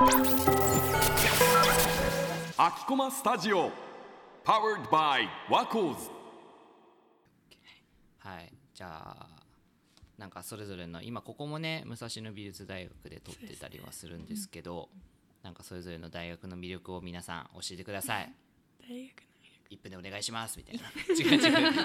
アキコマスタジオ Powered by ワコーズ。 はい、じゃあなんかそれぞれの今ここもね武蔵野美術大学で撮ってたりはするんですけど、なんかそれぞれの大学の魅力を皆さん教えてください。 大学の魅 1分でお願いしますみたいな違う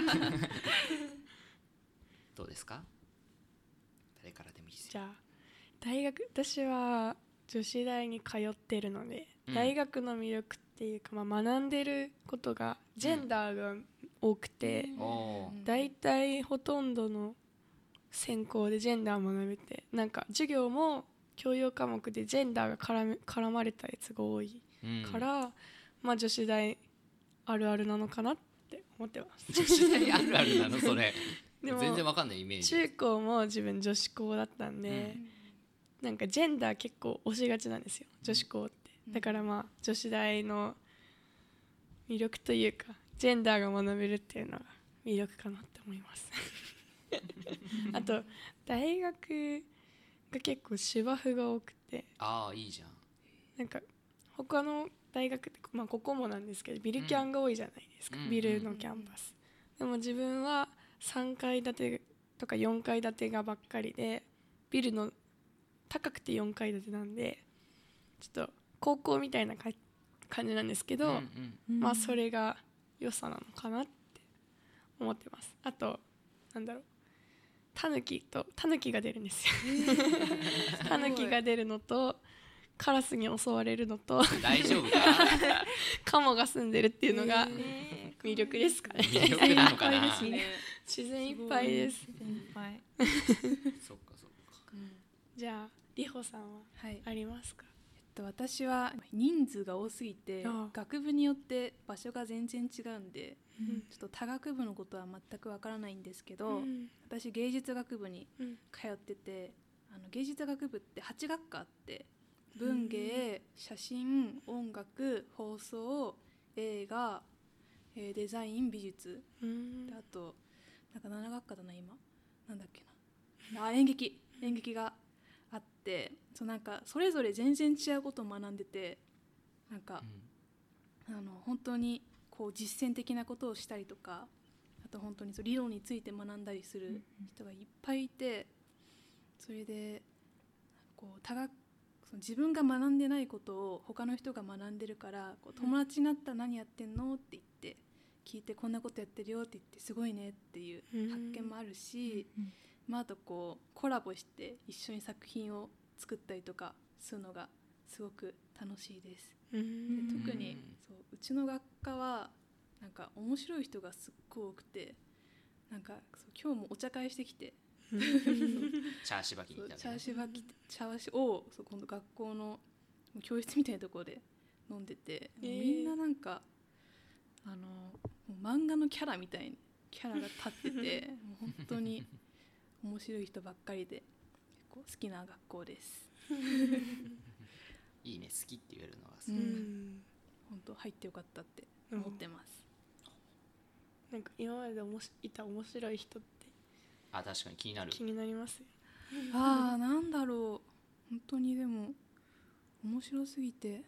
どうですか？誰からでもいいですよ。 じゃあ大学、私は女子大に通ってるので、大学の魅力っていうか、学んでることがジェンダーが多くて、だいたいほとんどの専攻でジェンダーを学べて、なんか授業も教養科目でジェンダーが絡まれたやつが多いから、女子大あるあるなのかなって思ってます。 女子大あるあるなのそれでも全然わかんないイメージ。 中高も自分女子校だったんで、なんかジェンダー結構押しがちなんですよ、女子校って。だから女子大の魅力というかジェンダーが学べるっていうのが魅力かなって思いますあと大学が結構芝生が多くて、 いいじゃん。 なんか他の大学って、ここもなんですけどビルキャンが多いじゃないですか、ビルのキャンパス。でも自分は3階建てとか4階建てがばっかりで、ビルの高くて4階建てなんでちょっと高校みたいな感じなんですけど、それが良さなのかなって思ってます。あとタヌキが出るんですよタヌキが出るのとカラスに襲われるのと大丈夫かカモが住んでるっていうのが魅力ですかね。 魅力なのかな自然いっぱいです。 そっかそっか、 じゃありほさんはありますか？ 私は人数が多すぎて学部によって場所が全然違うんで、ちょっと他学部のことは全くわからないんですけど、私芸術学部に通ってて、芸術学部って8学科あって、文芸、写真、音楽、放送、映画、デザイン、美術、であとなんか7学科だな今、なんだっけな、演劇があって、なんかそれぞれ全然違うことを学んでて、なんか、本当にこう実践的なことをしたりとか、あと本当に理論について学んだりする人がいっぱいいて、それでこう自分が学んでないことを他の人が学んでるから、こう友達になったら何やってんのって言って聞いて、こんなことやってるよって言ってすごいねっていう発見もあるし、あとこうコラボして一緒に作品を作ったりとかするのがすごく楽しいです。で特にうちの学科はなんか面白い人がすっごい多くて、なんか今日もお茶会してきてチャーシバキに行ったチャーシを今度学校の教室みたいなところで飲んでて、みんななんかもう漫画のキャラみたいにキャラが立っててもう本当に面白い人ばっかりで結構好きな学校ですいいね、好きって言えるのが本当入ってよかったって思ってます。 なんか今までいた面白い人って確かに気になりますよなんだろう、本当にでも面白すぎて、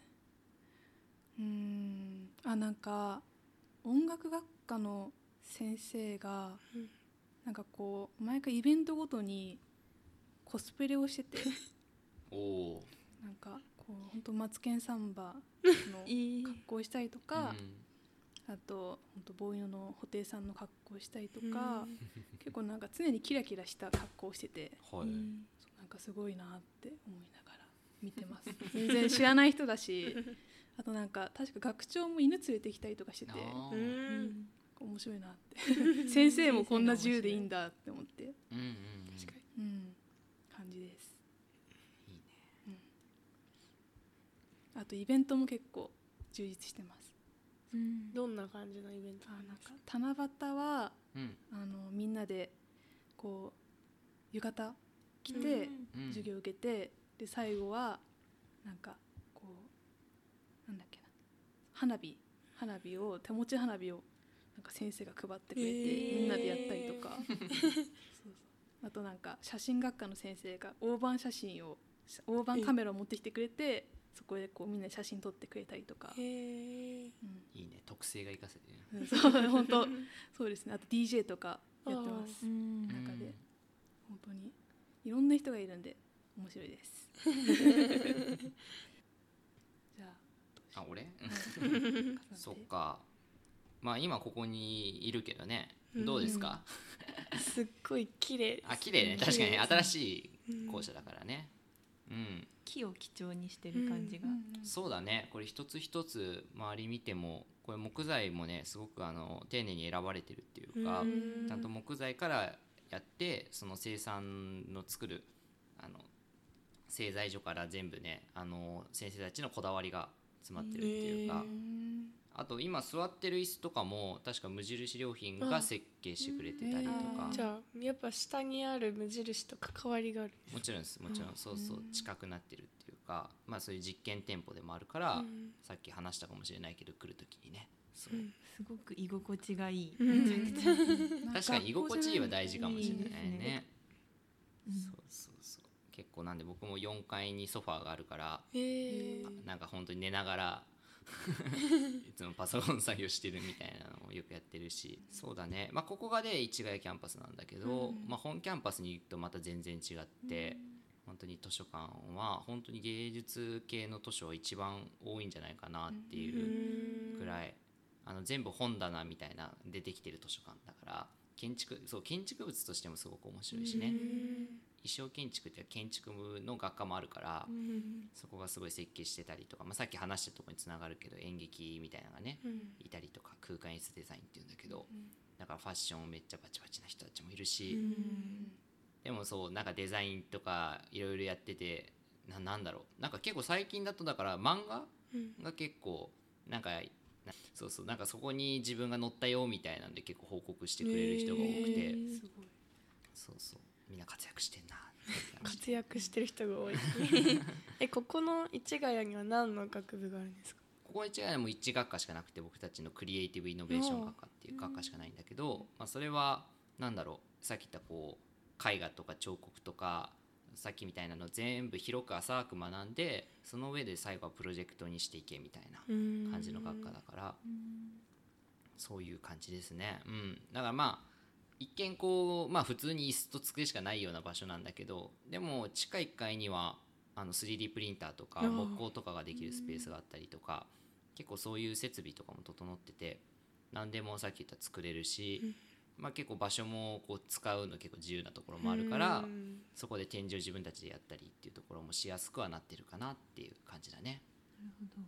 なんか音楽学科の先生が、なんかこう毎回イベントごとにコスプレをしててなんかこう本当マツケンサンバの格好をしたりとか、あと本当ボーイの布袋さんの格好をしたりとか、結構なんか常にキラキラした格好をしてて、なんかすごいなって思いながら見てます全然知らない人だしあとなんか確か学長も犬連れてきたりとかしてて、面白いなって先生もこんな自由でいいんだって思って、確かに、感じです。 いいね、 あとイベントも結構充実してます。 どんな感じのイベントなんか七夕は、みんなでこう浴衣着て授業を受けて、で最後はなんかこうなんだっけな、花火を手持ち花火をなんか先生が配ってくれて、みんなでやったりとかあとなんか写真学科の先生が大判カメラを持ってきてくれて、 そこでこうみんな写真撮ってくれたりとか、 いいね、特性が生かせてる。 そう本当そうですね。あと DJ とかやってます。中で本当にいろんな人がいるんで面白いです。じゃあ俺そっか。まあ今ここにいるけどね、どうですか？ すっごい綺麗です。 綺麗ね。確かに新しい校舎だからね。 木を基調にしてる感じが、 そうだね。これ一つ一つ周り見ても、これ木材もねすごく丁寧に選ばれてるっていうか、ちゃんと木材からやって、その生産の作る製材所から全部ね、先生たちのこだわりが詰まってるっていうか、あと今座ってる椅子とかも確か無印良品が設計してくれてたりとか。 じゃあやっぱ下にある無印と関わりがあるんですか？ もちろんです、もちろん。そうそう、近くなってるっていうか、まあそういう実験店舗でもあるから、さっき話したかもしれないけど来るときにね、 すごく居心地がいい。 確かに居心地いいは大事かもしれないね。そうそうそう。結構なんで僕も4階にソファーがあるから、なんか本当に寝ながらいつもパソコン作業してるみたいなのをよくやってるし。そうだね。まあここがで市ヶ谷キャンパスなんだけど、まあ本キャンパスに行くとまた全然違って、本当に図書館は本当に芸術系の図書一番多いんじゃないかなっていうくらい、全部本棚みたいな出てきてる図書館だから、建築物としてもすごく面白いしね。衣装建築って建築の学科もあるから、そこがすごい設計してたりとか、まあ、さっき話したところにつながるけど演劇みたいなのがね、いたりとか、空間演出デザインっていうんだけど、だからファッションめっちゃバチバチな人たちもいるし、でもそうなんかデザインとかいろいろやってて、なんだろう、なんか結構最近だとだから漫画が結構なんかそうそう、なんかそこに自分が載ったよみたいなんで結構報告してくれる人が多くて、そうそう、みんな活躍してんな。 活躍してる人が多い。ここの市ヶ谷には何の学部があるんですか？ ここ市ヶ谷も1学科しかなくて、僕たちのクリエイティブイノベーション学科っていう学科しかないんだけど、まあ、それはなんだろう、さっき言ったこう絵画とか彫刻とかさっきみたいなの全部広く浅く学んで、その上で最後はプロジェクトにしていけみたいな感じの学科だから、そういう感じですね。だからまあ一見こう、まあ、普通に椅子と机しかないような場所なんだけど、でも地下1階には3D プリンターとか木工とかができるスペースがあったりとか、結構そういう設備とかも整ってて、何でもさっき言った作れるし、まあ、結構場所もこう使うの結構自由なところもあるから、そこで展示を自分たちでやったりっていうところもしやすくはなってるかなっていう感じだね。 なるほど。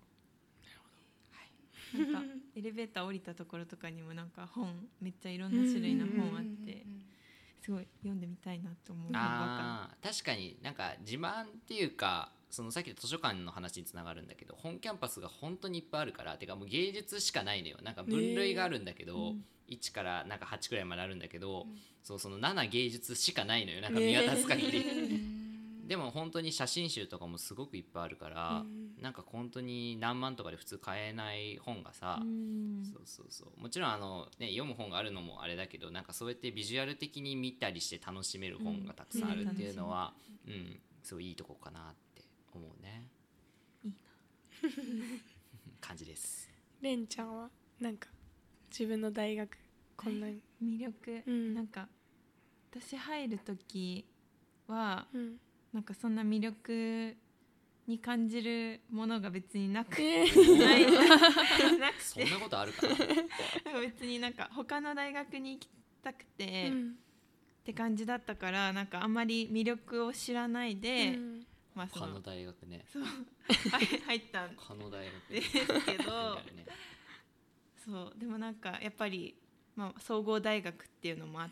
なんかエレベーター降りたところとかにもなんか本めっちゃいろんな種類の本あって、すごい読んでみたいなと思う。 確かになんか自慢っていうか、そのさっきの図書館の話につながるんだけど、本キャンパスが本当にいっぱいあるから、てかもう芸術しかないのよ。なんか分類があるんだけど、1からなんか8くらいまであるんだけど、その7芸術しかないのよ、なんか見渡す限り。でも本当に写真集とかもすごくいっぱいあるから、なんか本当に何万とかで普通買えない本がさ、そうもちろん読む本があるのもあれだけど、なんかそうやってビジュアル的に見たりして楽しめる本がたくさんあるっていうのは、すごいいいとこかなって思うね。 いいな感じです。 レンちゃんはなんか自分の大学こんなに魅力、なんか私入る時は、なんかそんな魅力に感じるものが別になくて、なくそんなことあるかな。 別になんか他の大学に行きたくて、って感じだったから、なんかあんまり魅力を知らないで、まあその他の大学ね、 そう入ったん他の大学ですけど、そうでもなんかやっぱり、まあ、総合大学っていうのもあって、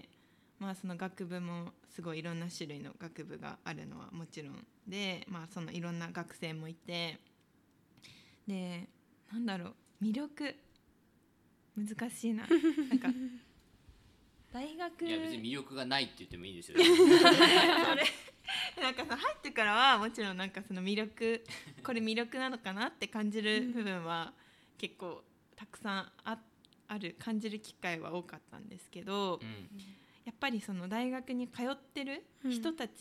まあ、その学部もすごいいろんな種類の学部があるのはもちろんで、まあ、そのいろんな学生もいて、でなんだろう、魅力難しいな。なんか大学、 いや別に魅力がないって言ってもいいですよ。 なんかさ、入ってからはもちろんなんかその魅力、これ魅力なのかなって感じる部分は結構たくさんある、感じる機会は多かったんですけど、やっぱりその大学に通ってる人たち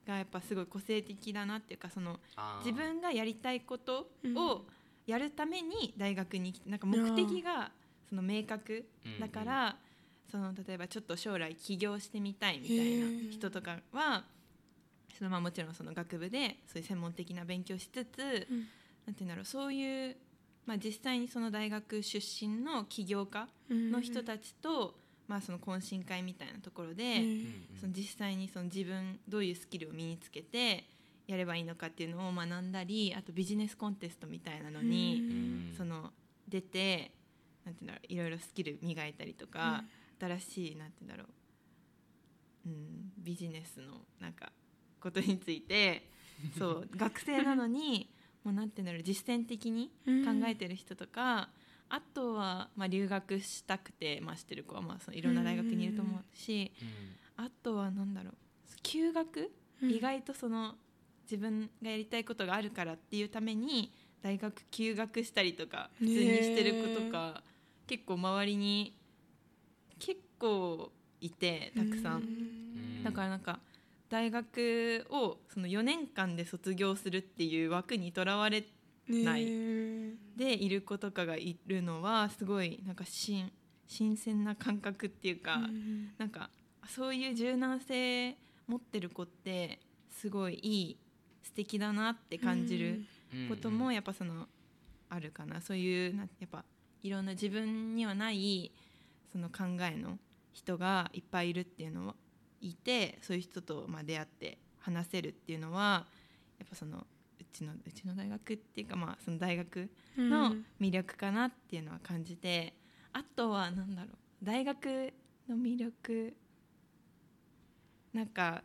がやっぱすごい個性的だなっていうか、そのあー自分がやりたいことをやるために大学に来て、なんか目的がその明確だから、その例えばちょっと将来起業してみたいみたいな人とかはその、もちろんその学部でそういう専門的な勉強しつつ、なんていうんだろう、そういう、実際にその大学出身の起業家の人たちと、その懇親会みたいなところで、その実際にその自分どういうスキルを身につけてやればいいのかっていうのを学んだり、あとビジネスコンテストみたいなのにその出て、なんていうんだろう、いろいろスキル磨いたりとか、新しいなんていうんだろう、ビジネスのなんかことについてそう学生なのにもうなんていうんだろう、実践的に考えてる人とか、あとは留学したくて、してる子はそのいろんな大学にいると思うし、あとはなんだろう、休学、意外とその自分がやりたいことがあるからっていうために大学休学したりとか普通にしてる子とか、結構周りに結構いて、たくさん。だからなんか大学をその4年間で卒業するっていう枠にとらわれないでいる子とかがいるのはすごいなんか新鮮な感覚っていうか、なんかそういう柔軟性持ってる子ってすごいいい、素敵だなって感じることもやっぱそのあるかな。そういうやっぱいろんな自分にはないその考えの人がいっぱいいるっていうのはいて、そういう人と出会って話せるっていうのはやっぱそのうちの大学っていうか、その大学の魅力かなっていうのは感じて、あとはなんだろう、大学の魅力、なんか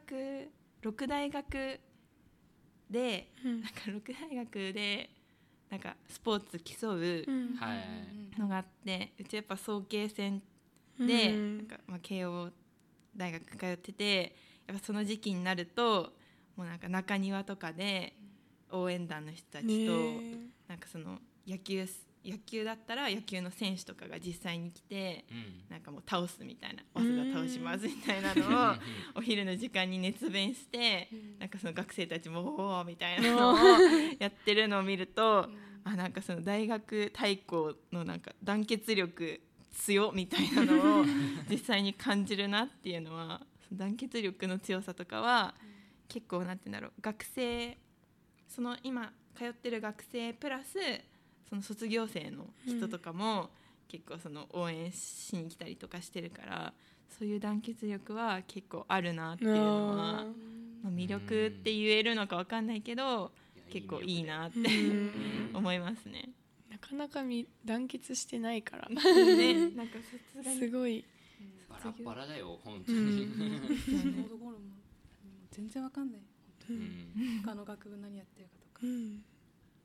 6大学で、なんか6大学でなんかスポーツ競うのがあって、うちやっぱ早慶戦で、なんか慶応大学通ってて、やっぱその時期になるともうなんか中庭とかで応援団の人たちと、なんかその野球だったら野球の選手とかが実際に来て、なんかもう倒すみたいな、早稲田倒しますみたいなのをお昼の時間に熱弁して、なんかその学生たちもおーみたいなのをやってるのを見ると、なんかその大学対抗のなんか団結力強みたいなのを実際に感じるなっていうのは、団結力の強さとかは結構なんていうんだろう、学生、その今通ってる学生プラスその卒業生の人とかも結構その応援しに来たりとかしてるから、そういう団結力は結構あるなっていうのは、魅力って言えるのか分かんないけど結構いいなって思いますね。 なかなか団結してないからね、なんかすごいバラバラだよ本当に。 全然わかんない本当に、他の学部何やってるかとか。